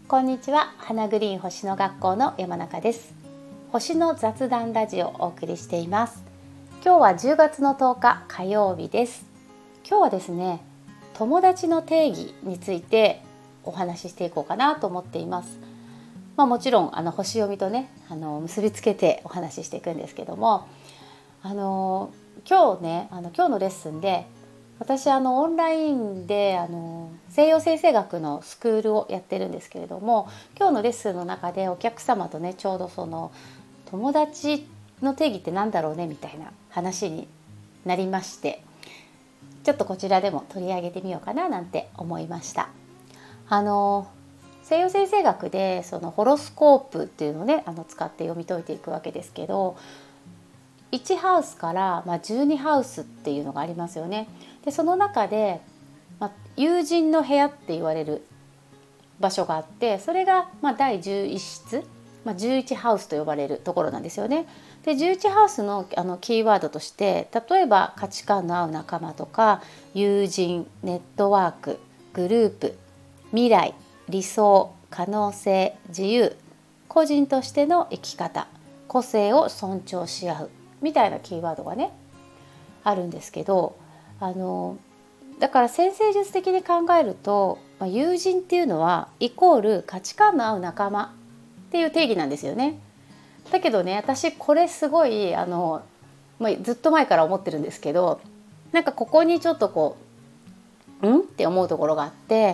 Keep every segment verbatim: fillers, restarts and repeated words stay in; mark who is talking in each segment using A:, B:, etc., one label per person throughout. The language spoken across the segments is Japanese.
A: こんにちは。花グリーン星の学校の山中です。星の雑談ラジオをお送りしています。今日はじゅうがつのとおか火曜日です。今日はですね、友達の定義についてお話ししていこうかなと思っています。まあ、もちろんあの星読みとねあの結びつけてお話ししていくんですけども、あの今日ねあの今日のレッスンで私あのオンラインであの西洋先生学のスクールをやってるんですけれども、今日のレッスンの中でお客様とねちょうどその友達の定義ってなんだろうねみたいな話になりまして、ちょっとこちらでも取り上げてみようかななんて思いました。あの西洋先生学でそのホロスコープっていうのをねあの使って読み解いていくわけですけど、いちハウスから、まあ、じゅうにハウスっていうのがありますよね。でその中で、まあ、友人の部屋って言われる場所があって、それが、まあ、だいじゅういっしつ、まあ、じゅういちハウスと呼ばれるところなんですよね。でじゅういちハウスの、あのキーワードとして、例えば価値観の合う仲間とか友人、ネットワーク、グループ、未来、理想、可能性、自由、個人としての生き方、個性を尊重し合うみたいなキーワードがねあるんですけど、あのだから先生術的に考えると、まあ、友人っていうのはイコール価値観の合う仲間っていう定義なんですよね。だけどね、私これすごいあの、まあ、ずっと前から思ってるんですけど、なんかここにちょっとこううんって思うところがあって、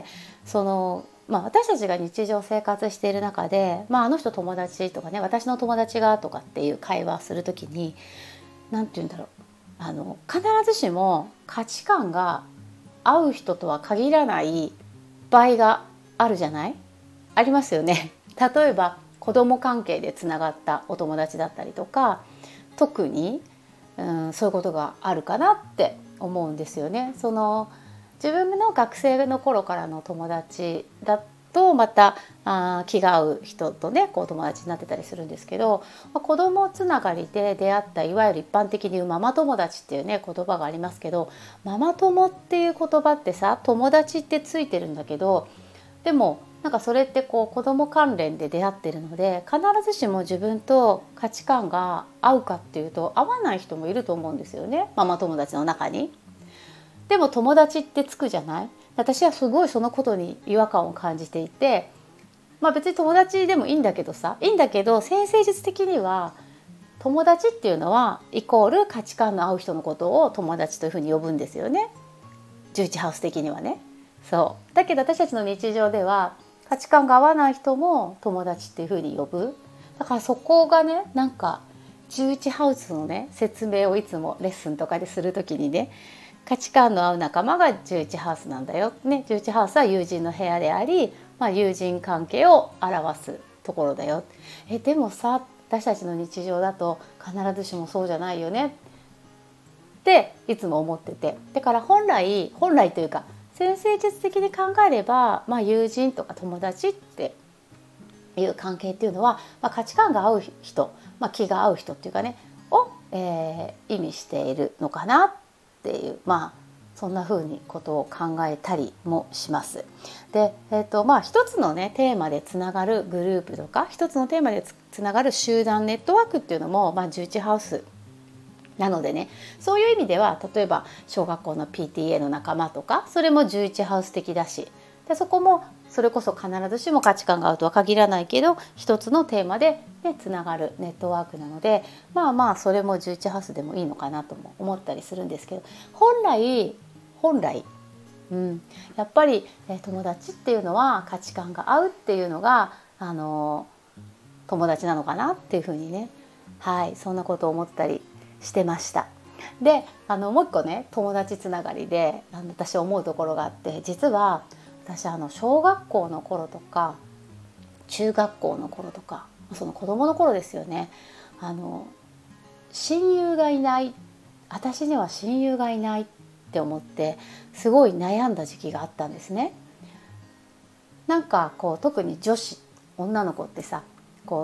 A: そのまあ、私たちが日常生活している中で、まあ、あの人友達とかね、私の友達がとかっていう会話をするときに、なんて言うんだろう、あの必ずしも価値観が合う人とは限らない場合があるじゃない？ありますよね。例えば子供関係でつながったお友達だったりとか、特に、うん、そういうことがあるかなって思うんですよね。その自分の学生の頃からの友達だとまたあ気が合う人とねこう友達になってたりするんですけど、まあ、子供つながりで出会ったいわゆる一般的に言うママ友達っていうね言葉がありますけど、ママ友っていう言葉ってさ、友達ってついてるんだけど、でもなんかそれってこう子供関連で出会ってるので、必ずしも自分と価値観が合うかっていうと合わない人もいると思うんですよね、ママ友達の中に。でも友達ってつくじゃない。私はすごいそのことに違和感を感じていて、まあ別に友達でもいいんだけどさいいんだけど先生術的には友達っていうのはイコール価値観の合う人のことを友達というふうに呼ぶんですよね、じゅういちハウス的にはね。そうだけど私たちの日常では価値観が合わない人も友達っていうふうに呼ぶ。だからそこがね、なんかじゅういちハウスのね説明をいつもレッスンとかでするときにね、価値観の合う仲間がじゅういちハウスなんだよ、ね、じゅういちハウスは友人の部屋であり、まあ、友人関係を表すところだよ。えでもさ、私たちの日常だと必ずしもそうじゃないよねっていつも思ってて、だから本来本来というか先生術的に考えれば、まあ、友人とか友達っていう関係っていうのは、まあ、価値観が合う人、まあ、気が合う人っていうかねを、えー、意味しているのかなっていう、まあそんな風にことを考えたりもします。で、えーとまあ、一つのねテーマでつながるグループとか、一つのテーマで つ, つながる集団ネットワークっていうのも、まあ、じゅういちハウスなのでね、そういう意味では例えば小学校の ピーティーエー の仲間とか、それもじゅういちハウス的だし、でそこもそれこそ必ずしも価値観が合うとは限らないけど一つのテーマで、ね、つながるネットワークなので、まあまあそれもじゅういちハウスでもいいのかなとも思ったりするんですけど、本来本来、うん、やっぱり、え友達っていうのは価値観が合うっていうのがあの友達なのかなっていうふうにね、はい、そんなことを思ったりしてました。であのもう一個ね友達つながりであの私思うところがあって、実は私あの小学校の頃とか中学校の頃とか、その子供の頃ですよね、あの親友がいない、私には親友がいないって思ってすごい悩んだ時期があったんですね。なんかこう特に女子女の子ってさ、こ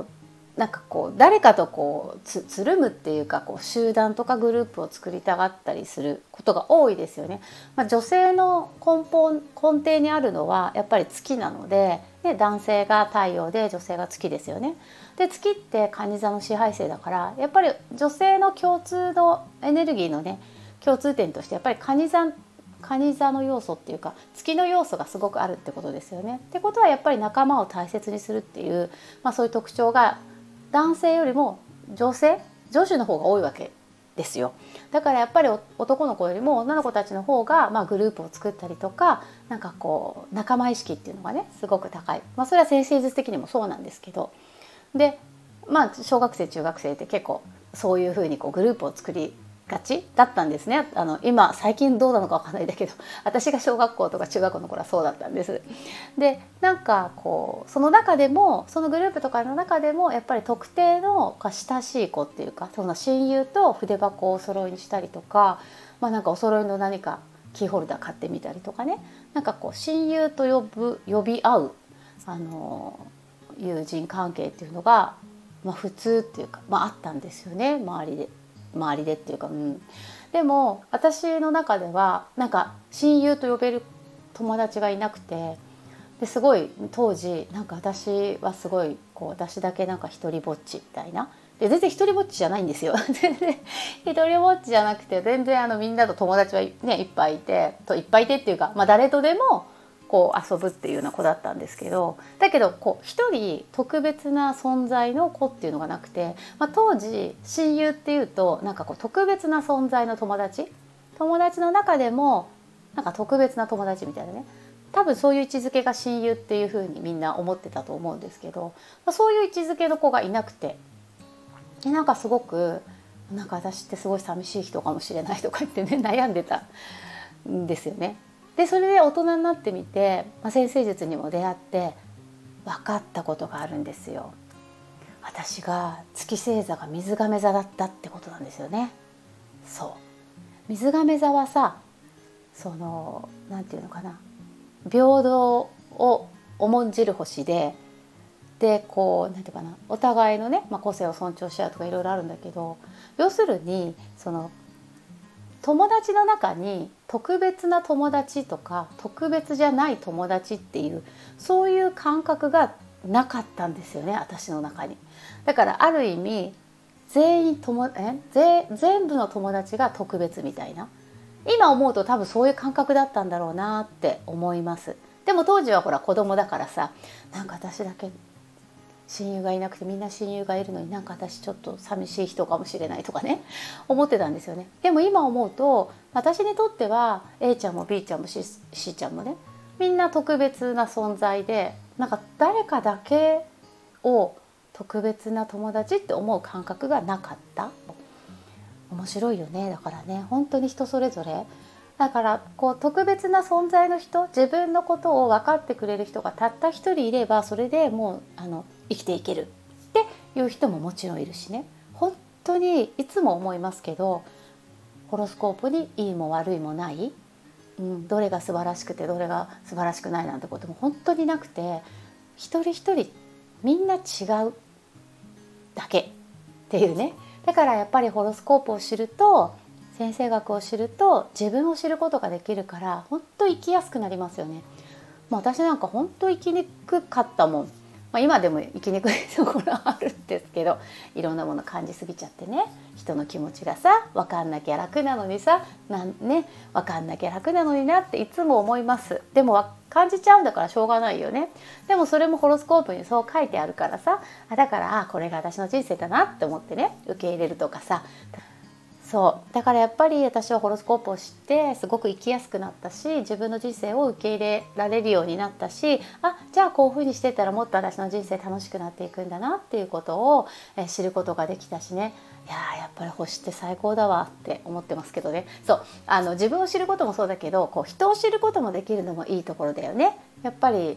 A: なんかこう誰かとこうつつるむっていうかこう集団とかグループを作りたがったりすることが多いですよね。まあ、女性の根本根底にあるのはやっぱり月なので、で男性が太陽で女性が月ですよね。で月って蟹座の支配星だから、やっぱり女性の共通のエネルギーのね共通点としてやっぱり蟹座蟹座の要素っていうか月の要素がすごくあるってことですよね。ってことはやっぱり仲間を大切にするっていう、まあ、そういう特徴が男性よりも女性女子の方が多いわけですよ。だからやっぱり男の子よりも女の子たちの方が、まあ、グループを作ったりとか、なんかこう仲間意識っていうのがねすごく高い、まあ、それは先生術的にもそうなんですけど、でまあ小学生中学生って結構そういうふうにこうグループを作りがちだったんですね。あの今最近どうなのかわかんないんだけど、私が小学校とか中学校の頃はそうだったんです。でなんかこうその中でもそのグループとかの中でもやっぱり特定の親しい子っていうか、その親友と筆箱をお揃いにしたりとか、まあなんかお揃いの何かキーホルダー買ってみたりとかね、なんかこう親友と呼ぶ呼び合うあの友人関係っていうのが、まあ、普通っていうか、まあ、あったんですよね、周りで。周りでっていうか、うん、でも私の中ではなんか親友と呼べる友達がいなくて、ですごい当時なんか私はすごいこう私だけなんか一人ぼっちみたいな、で全然一人ぼっちじゃないんですよ全然一人ぼっちじゃなくて、全然あのみんなと友達は、ね、いっぱいいてといっぱいいてっていうか、まあ、誰とでもこう遊ぶっていうような子だったんですけど、だけどこう一人特別な存在の子っていうのがなくて、まあ、当時親友っていうとなんかこう特別な存在の友達友達の中でもなんか特別な友達みたいなね、多分そういう位置づけが親友っていう風にみんな思ってたと思うんですけど、まあ、そういう位置づけの子がいなくて、でなんかすごくなんか私ってすごい寂しい人かもしれないとか言ってね悩んでたんですよね。でそれで大人になってみて、まあ、先生術にも出会って分かったことがあるんですよ。私が月星座が水亀座だったってことなんですよね。そう水亀座はさ、そのなんていうのかな、平等を重んじる星で、でこうなんていうかな、お互いのね、まあ、個性を尊重し合うとかいろいろあるんだけど、要するにその友達の中に特別な友達とか特別じゃない友達っていうそういう感覚がなかったんですよね、私の中に。だからある意味全員ともえぜ全部の友達が特別みたいな、今思うと多分そういう感覚だったんだろうなって思います。でも当時はほら子供だからさ、なんか私だけ親友がいなくてみんな親友がいるのになんか私ちょっと寂しい人かもしれないとかね思ってたんですよね。でも今思うと私にとっては A ちゃんも B ちゃんも C, C ちゃんもね、みんな特別な存在で、なんか誰かだけを特別な友達って思う感覚がなかった。面白いよね。だからね本当に人それぞれだから、こう特別な存在の人、自分のことを分かってくれる人がたった一人いればそれでもうあの生きていけるっていう人ももちろんいるしね。本当にいつも思いますけど、ホロスコープにいいも悪いもない、うん、どれが素晴らしくてどれが素晴らしくないなんてことも本当になくて、一人一人みんな違うだけっていうね。だからやっぱりホロスコープを知ると、先生学を知ると自分を知ることができるから、本当生きやすくなりますよね。もう私なんか本当生きにくかったもん。まあ、今でも生きにくいところあるんですけど、いろんなもの感じすぎちゃってね、人の気持ちがさ分かんなきゃ楽なのにさなんね分かんなきゃ楽なのになっていつも思います。でも感じちゃうんだからしょうがないよね。でもそれもホロスコープにそう書いてあるからさ、あだからあこれが私の人生だなって思ってね受け入れるとかさ。そうだからやっぱり私はホロスコープを知ってすごく生きやすくなったし、自分の人生を受け入れられるようになったし、あじゃあこういうふうにしてたらもっと私の人生楽しくなっていくんだなっていうことをえ知ることができたしね。いややっぱり星って最高だわって思ってますけどね。そうあの自分を知ることもそうだけど、こう人を知ることもできるのもいいところだよね。やっぱり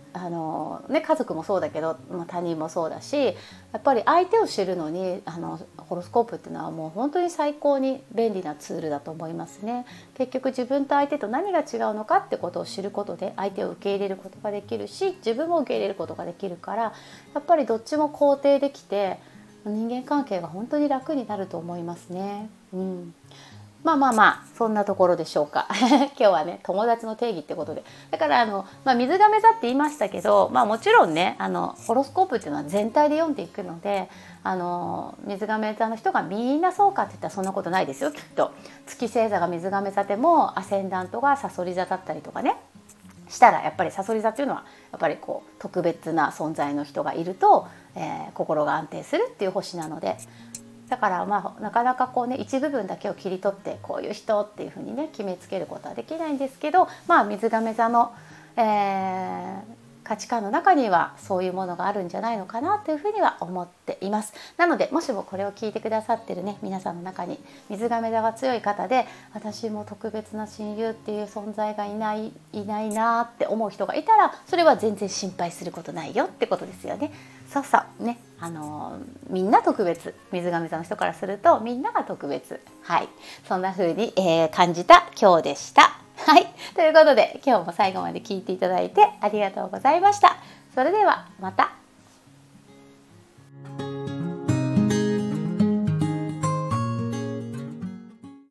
A: あの、ね、家族もそうだけど、まあ、他人もそうだし、やっぱり相手を知るのにあのホロスコープっていうのはもう本当に最高に便利なツールだと思いますね。結局自分と相手と何が違うのかってことを知ることで相手を受け入れることができるし、自分も受け入れることができるから、やっぱりどっちも肯定できて人間関係が本当に楽になると思いますね。うん、まあまあまあそんなところでしょうか今日はね友達の定義ってことで、だからあの、まあ、水亀座って言いましたけど、まあ、もちろんねあのホロスコープっていうのは全体で読んでいくので、あの水亀座の人がみんなそうかって言ったらそんなことないですよ。きっと月星座が水亀座でもアセンダントがさそり座だったりとかねしたら、やっぱりさそり座っていうのはやっぱりこう特別な存在の人がいると、えー、心が安定するっていう星なので、だからまあなかなかこうね一部分だけを切り取ってこういう人っていうふうにね決めつけることはできないんですけど、まあ水亀座の、えー、価値観の中にはそういうものがあるんじゃないのかなというふうには思っています。なのでもしもこれを聞いてくださってるね皆さんの中に水亀座が強い方で、私も特別な親友っていう存在がいないいないなって思う人がいたら、それは全然心配することないよってことですよね。そうそうね、あのー、みんな特別、水亀座の人からするとみんなが特別、はい、そんな風に、えー、感じた今日でした。はい、ということで今日も最後まで聞いていただいてありがとうございました。それではまた。